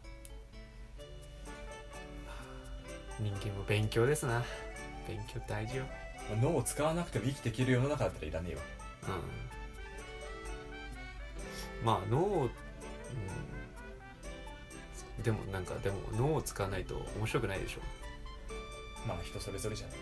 人間も勉強ですな。勉強大事よ。 脳を使わなくても生きていける世の中だったらいらねえわ。 うん。まあ脳、うん、でもなんかでも脳を使わないと面白くないでしょ。 まあ人それぞれじゃない。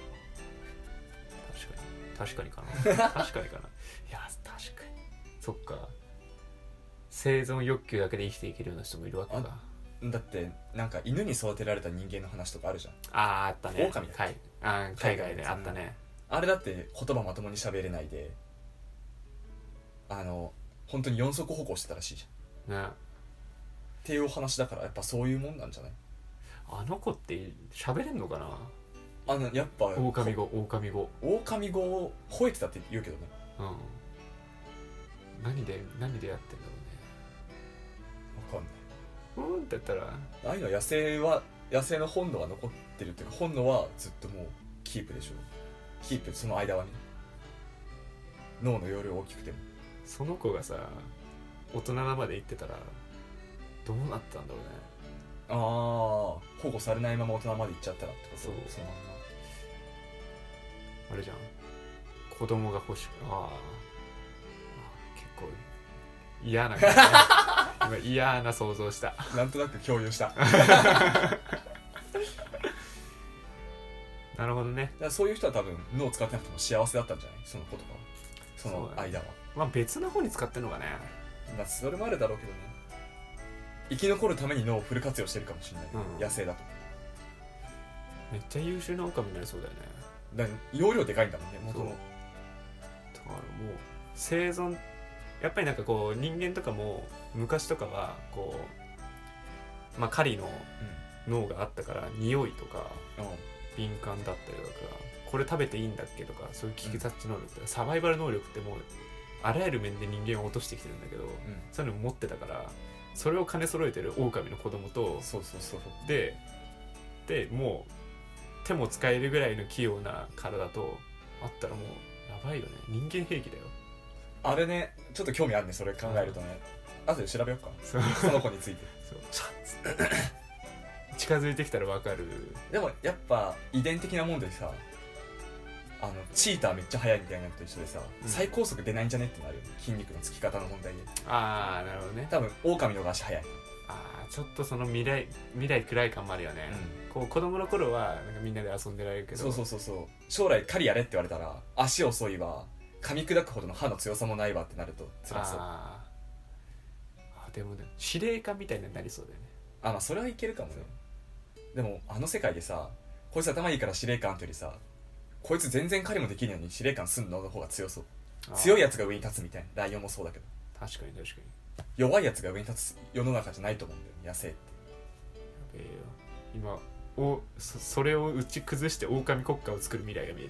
確かに確かにかな確かにかな。いや確かにそっか。生存欲求だけで生きていけるような人もいるわけか。 だってなんか犬に育てられた人間の話とかあるじゃん。 あーあったね。 狼だっけ、 はい、あ海外であったね。 あれだって言葉まともに喋れないで、あの本当に四足歩行してたらしいじゃん、ね、っていうお話だから、やっぱそういうもんなんじゃない。 あの子って喋れんのかな。 あのやっぱ狼語狼語狼語を吠えてたって言うけどね。 うん。何で何でやってんだろうね。わかんない。 うんってやったら、 ああいうの野生は野生の本能は残ってるっていうか、本能はずっともうキープでしょ。キープ、その間はね、脳の容量大きくても。 その子がさ大人まで行ってたらどうなったんだろうね。 ああ、保護されないまま大人まで行っちゃったらってこと。そう、そのまんまあれじゃん、子供が欲しく、ああ結構嫌な感じ、ね、今嫌な想像した。 なんとなく共有したなるほどね。 だからそういう人は多分脳を使ってなくても幸せだったんじゃない、その子とかは、その間は。 まあ別の方に使ってんのかね。 まあそれもあるだろうけどね。生き残るために脳をフル活用してるかもしれない、うん、野生だと。 めっちゃ優秀な狼になりそうだよね。 だから容量でかいんだもんね、元の。だからもう生存、やっぱりなんかこう人間とかも昔とかはこうまあ狩りの脳があったから、うん、匂いとか敏感だったりとか、これ食べていいんだっけとか、そういう聞き察知能力とか、うん、サバイバル能力ってもうあらゆる面で人間を落としてきてるんだけど、うん、そういうの持ってたから、それを兼ね揃えてる狼の子供と、 そうそうそうででもう手も使えるぐらいの器用な体とあったらもうやばいよね。人間兵器だよあれね。ちょっと興味あるね、それ考えるとね。後で調べようか、その子について。そう近づいてきたら分かる。 でもやっぱ遺伝的なもんでさ、あのチーターめっちゃ速いみたいなのと一緒でさ、うん、最高速出ないんじゃねってなるよね、筋肉のつき方の問題で。 ああなるほどね。 多分狼の方が足速い。 ああちょっとその未来未来暗い感もあるよね、うん、こう子供の頃はなんかみんなで遊んでられるけど、 そうそうそうそう、将来狩りやれって言われたら足遅いわ、噛み砕くほどの歯の強さもないわってなると辛そう。ああでもね、司令官みたいになりそうだよね。 あまあそれはいけるかもね。でもあの世界でさ、こいつ頭いいから司令官というよりさ、こいつ全然狩りもできるのに司令官すんのの方が強そう。強いやつが上に立つみたいな。ライオンもそうだけど。 確かに確かに。 弱いやつが上に立つ世の中じゃないと思うんだよ、野生って。 やべえよ。今お そ, それを打ち崩して狼国家を作る未来が見え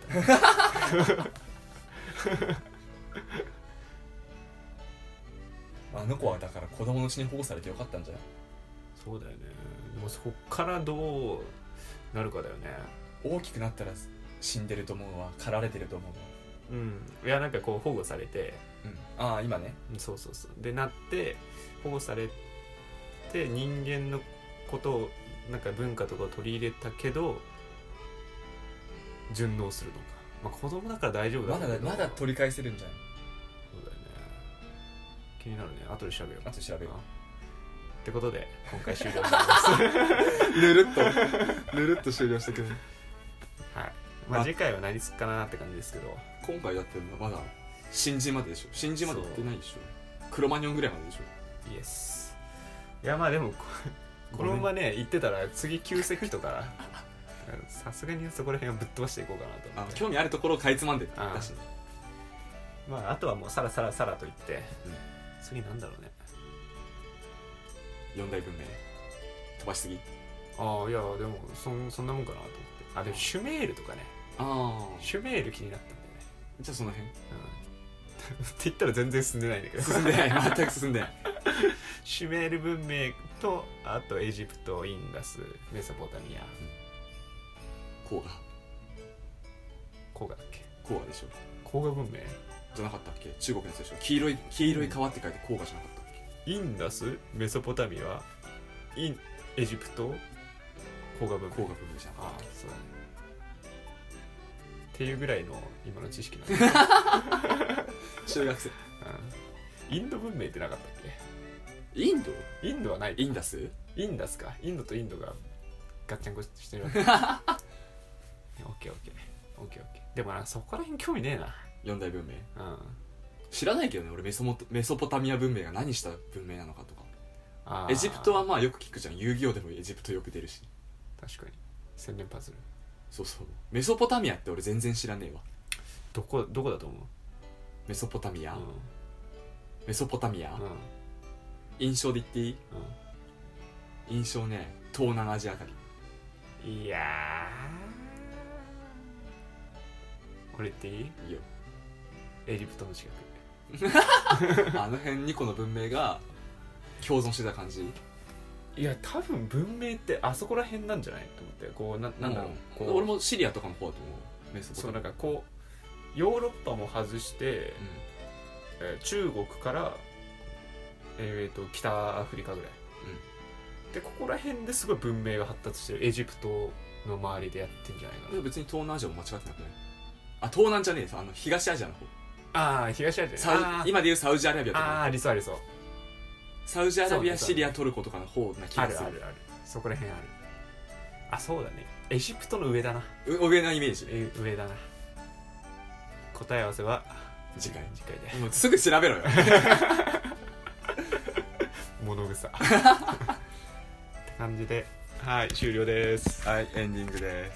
たあの子はだから子供のうちに保護されてよかったんじゃない。 そうだよね。でもそこからどうなるかだよね。 大きくなったら死んでると思うわ、狩られてると思うわ。 うん、いやなんかこう保護されて、 うん、ああ今ね、 そうそうそうでなって保護されて人間のことをなんか文化とかを取り入れたけど順応するのか、まあ子供だから大丈夫だけどまだまだ取り返せるんじゃない。 そうだよね。気になるね。後で調べよう。 後で調べよう。 ってことで今回終了になりますぬるっとぬるっと終了してくれる。 はい。まあ次回は何すっかなって感じですけど、 今回だってまだ新人まででしょ。新人まで行ってないでしょ。クロマニョンぐらいまででしょ。 イエス。いやまあでもこのままね行ってたら次旧石器とかさすがにそこら辺をぶっ飛ばしていこうかなと思って。 あ興味あるところをかいつまんでって言ったし、 まああとはもうさらさらさらといって、うん、次なんだろうね。 四大文明飛ばしすぎ。 ああいやでも そ, そんなもんかなと思って。あでもシュメールとかね。ああシュメール気になったんだよね。 じゃあその辺、うん、 って言ったら全然進んでないんだけど。 進んでない全く進んでないシュメール文明とあとエジプト、インダス、メソポタミア、 黄河黄河だっけ。 黄河でしょ。 黄河文明じゃなかったっけ。中国のやつでしょ。黄色い黄色い川って書いて黄河じゃなかったっけ。 インダス、メソポタミア、インエジプト、黄河文明。 黄河文明じゃん。 ああ、そうだね。っていうぐらいの今の知識なんだ中学生。 インド文明ってなかったっインドけ。インドはない。 インダスインダスか。インドとインドがガッチャンコしてるわけ。オッケーオッケーオッケーオッケーオッケー。でもな、そこら辺興味ねえな。 四大文明。 うん。 知らないけどね、俺メソモメソポタミア文明が何した文明なのかとか。 あエジプトはまあよく聞くじゃん。遊戯王でもエジプトよく出るし。 確かに。千年パズル。 そうそう。メソポタミアって俺全然知らねえわ。 どこどこだと思う。 メソポタミア、 うんメソポタミア、 うん印象で言っていい？ う印象ね、東南アジアあたり。 ん。いやー、俺言っていい？ いいよ。 エジプトの近く。 あの辺にこの文明が共存してた感じ。 いや、多分文明ってあそこら辺なんじゃないと思って。こう な, なんだろう、こう俺もシリアとかの方だと思う。メソポそうタミア。 なんかこうヨーロッパも外して、えー中国からえーと北アフリカぐらい、でここら辺ですごい文明が発達してる。エジプトの周りでやってんじゃないかうん、 な。 別に東南アジアも間違ってなくない？あ、東南じゃねえさ、あの東アジアの方。 ああ、東アジアね。 サウあー今でいうサウジアラビアとあー、 か、 ありそうありそう。 サウジアラビア、 そうシリア、トルコとかの方な気あがする。 るあるある。そこら辺ある。あ、そうだね。エジプトの上だな。 う上なイメージ。 え上だな。答え合わせは次回次回で。 もうすぐ調べろよ。 物草って感じで、はい、終了です。 はい、エンディングです。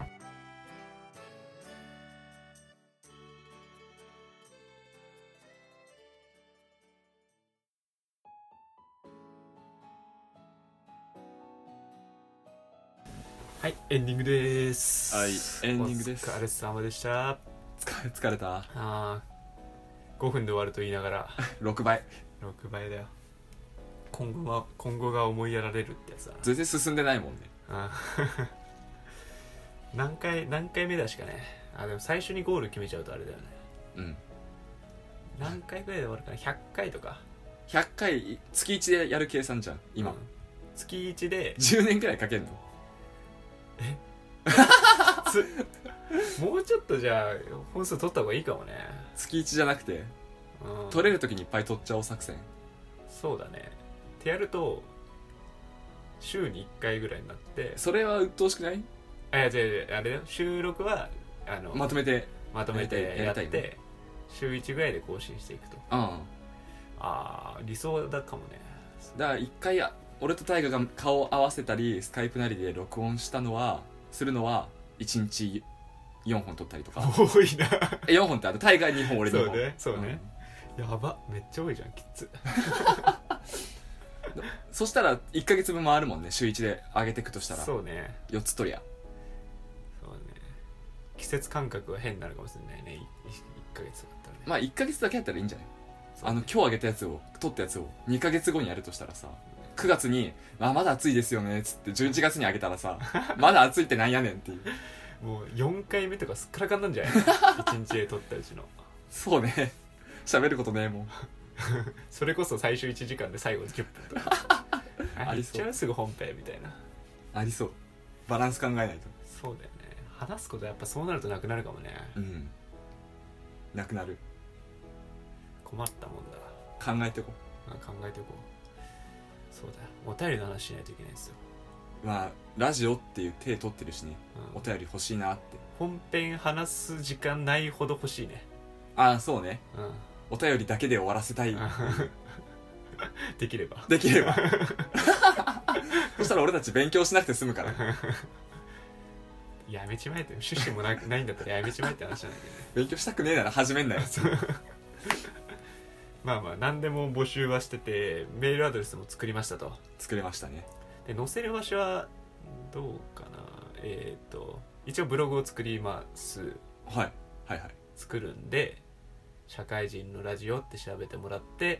はい、エンディングです。 はい、エンディングです。 お疲れ様でした。 疲れ疲れた。 あー、ごふんで終わると言いながらろくばい。 ろくばいだよ。今後は今後が思いやられるってやつだな。 全然進んでないもんね。 あー何回何回目だしかね。あ、でも最初にゴール決めちゃうとあれだよね。 うん。 何回ぐらいで終わるかな。ひゃっかいとか。 ひゃっかい月いちでやる計算じゃん今、 うん、月いちでじゅうねんくらいかけんの。 もうちょっとじゃあ本数取った方がいいかもね。 月いちじゃなくて、 うん、 取れる時にいっぱい取っちゃおう作戦。 そうだね。ってやると週にいっかいぐらいになって、 それは鬱陶しくない？ あ、いや違う違う、あれだよ、収録はあのまとめてまとめてややりたいって、週いちぐらいで更新していくと。 うん。 ああ、理想だかもね。 だから一回や俺と大我が顔を合わせたりスカイプなりで録音したのはするのはいちにちよんほん撮ったりとか。 多いな。 えよんほんってあと大我にほん俺にほん。 そうねそうね、やば、めっちゃ多いじゃん、きつ。 うん、そしたらいっかげつぶんもあるもんね。週いちで上げていくとしたらそうねよっつ撮りゃ。 そうね。季節感覚は変になるかもしれないね。いっかげつだったらね。 まあいっかげつだけやったらいいんじゃない？ そうね、 あの今日あげたやつを撮ったやつをにかげつごにやるとしたらさ、くがつに、まあ、まだ暑いですよねっつってじゅういちがつにあげたらさまだ暑いってなんやねんっていう。 もうよんかいめとかすっからかんなんじゃない？いちにちで撮ったうちの。 そうね。喋ることねえもん。 それこそ最初いちじかんで最後じゅっぷんとかありそう。 言っちゃう、すぐ本編みたいな。 ありそう。バランス考えないと。 そうだよね。話すことやっぱそうなるとなくなるかもね。 うんなくなる。 困ったもんだ。 考えてこまあ考えておこう。そうだよ、お便りの話しないといけないんですよ。 う。まあラジオっていう手取ってるしね、 うん、 お便り欲しいなって。 本編話す時間ないほど欲しいね。 ああそうね、 うん、 お便りだけで終わらせたい。 できればできればそしたら俺たち勉強しなくて済むから。 やめちまえって趣旨も な, ないんだったらやめちまえって話なんだけどね。 勉強したくねえなら始めんなよ。 まあまあ何でも募集はしてて、メールアドレスも作りましたと。 作れましたね。 で載せる場所はどうかな。えっ、ー、と一応ブログを作ります。 はいはいはい。 作るんで、社会人のラジオって調べてもらって、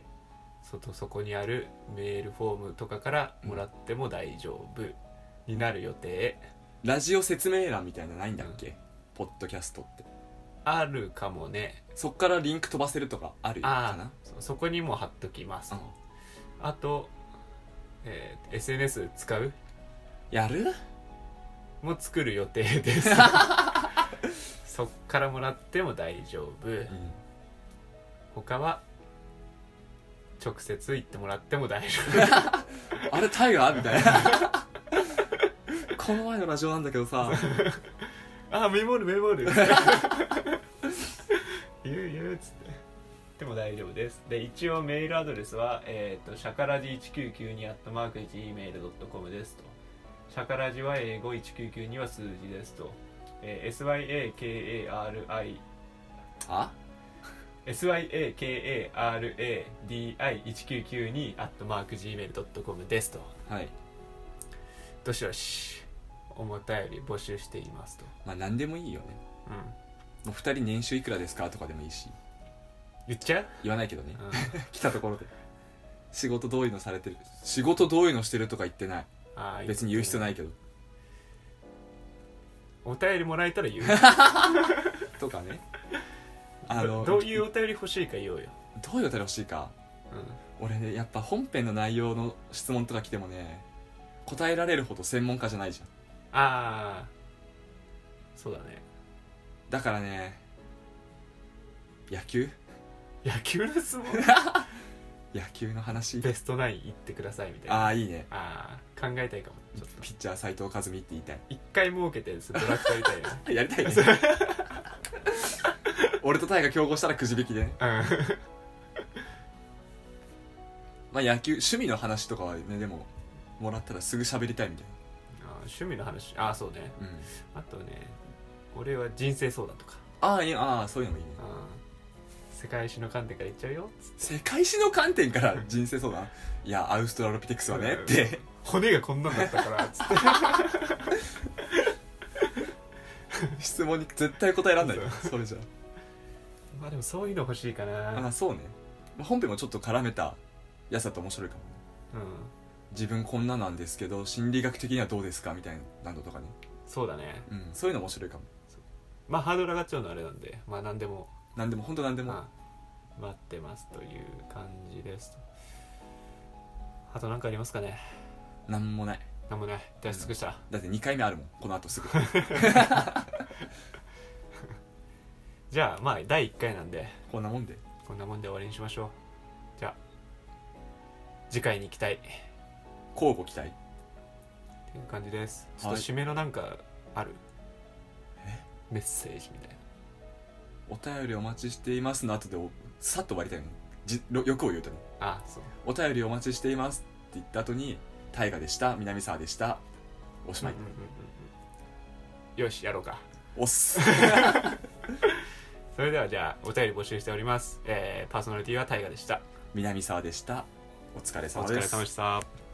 そ, そこにあるメールフォームとかからもらっても大丈夫になる予定。 ラジオ説明欄みたいなのないんだっけ、うん、ポッドキャストってあるかもね。 そっからリンク飛ばせるとかあるかあな。 あ そ, そこにも貼っときます、 うん、 あと、えー、エスエヌエス 使うやるも作る予定ですそっからもらっても大丈夫、うん、他は直接行ってもらっても大丈夫あれタイガーみたいなこの前のラジオなんだけどさあメモるメモる言う言うっつってでも大丈夫です。で一応メールアドレスは、えー、とシャカラジいちきゅうきゅうにアットマークジーメールドットコム ですと。シャカラジは英語いちきゅうきゅうには数字ですと、えー、エスワイエーケーエーアールアイあエスワイエーケーエーアールエーディーアイいちきゅうきゅうにアットマークジーメールドットコム ですと。 はい。 どしどしおもたより募集していますと。 まあ何でもいいよね。うん。もうふたり年収いくらですかとかでもいいし。 言っちゃう？ 言わないけどね、うん、来たところで仕事どういうのされてる、仕事どういうのしてるとか言ってない。あー、別に言う必要ないけど、 お便りもらえたら言うとかね。あのどういうお便り欲しいか言おうよ。 どういうお便り欲しいか、うん、俺ねやっぱ本編の内容の質問とか来てもね答えられるほど専門家じゃないじゃん。 ああそうだね。 だからね野球野球の質問野球の話ベストナイン行ってくださいみたいな。 ああいいね。 ああ考えたいかも。ちょっとピッチャー斉藤和美って言いたい。 一回設けてドラフトやりたいねやりたいね俺とタイが競合したらくじ引きでね、うん、まあ野球趣味の話とかはねでももらったらすぐ喋りたいみたいな。 あ趣味の話ああそうね、うん、あとね俺は人生相談とか。 ああいやあそういうのもいいね。 世界史の観点から言っちゃうよ。 世界史の観点から人生相談いやアウストラロピテクスはねって骨がこんなんだったからつって質問に絶対答えらんないよそれじゃ。 まあでもそういうの欲しいかな。 あそうね。本編もちょっと絡めたやつだと面白いかもね、うん、自分こんななんですけど心理学的にはどうですかみたいなのとかね。 そうだね、 うん、そういうの面白いかも。 まあハードル上がっちゃうのあれなんでまあ何でも何でも本当何でも、まあ、待ってますという感じですと。あと何かありますかね。 なんもない。 なんもない。出し尽くした、うん、 だってにかいめあるもんこの後すぐじゃあまあだいいっかいなんでこんなもんでこんなもんで終わりにしましょう。じゃあ次回に期待、 交互期待っていう感じです。ちょっと締めのなんかある？えメッセージみたいな。 お便りお待ちしていますの後でさっと終わりたいのじ欲を言うとね。 ああそうお便りお待ちしていますって言った後に大河でした南沢でしたおしまい、うんうんうんうん、よしやろうか。 おっすそれではじゃあお便り募集しております、えー、パーソナリティは大河でした。 南沢でした。お疲れ様です。 お疲れ様でした。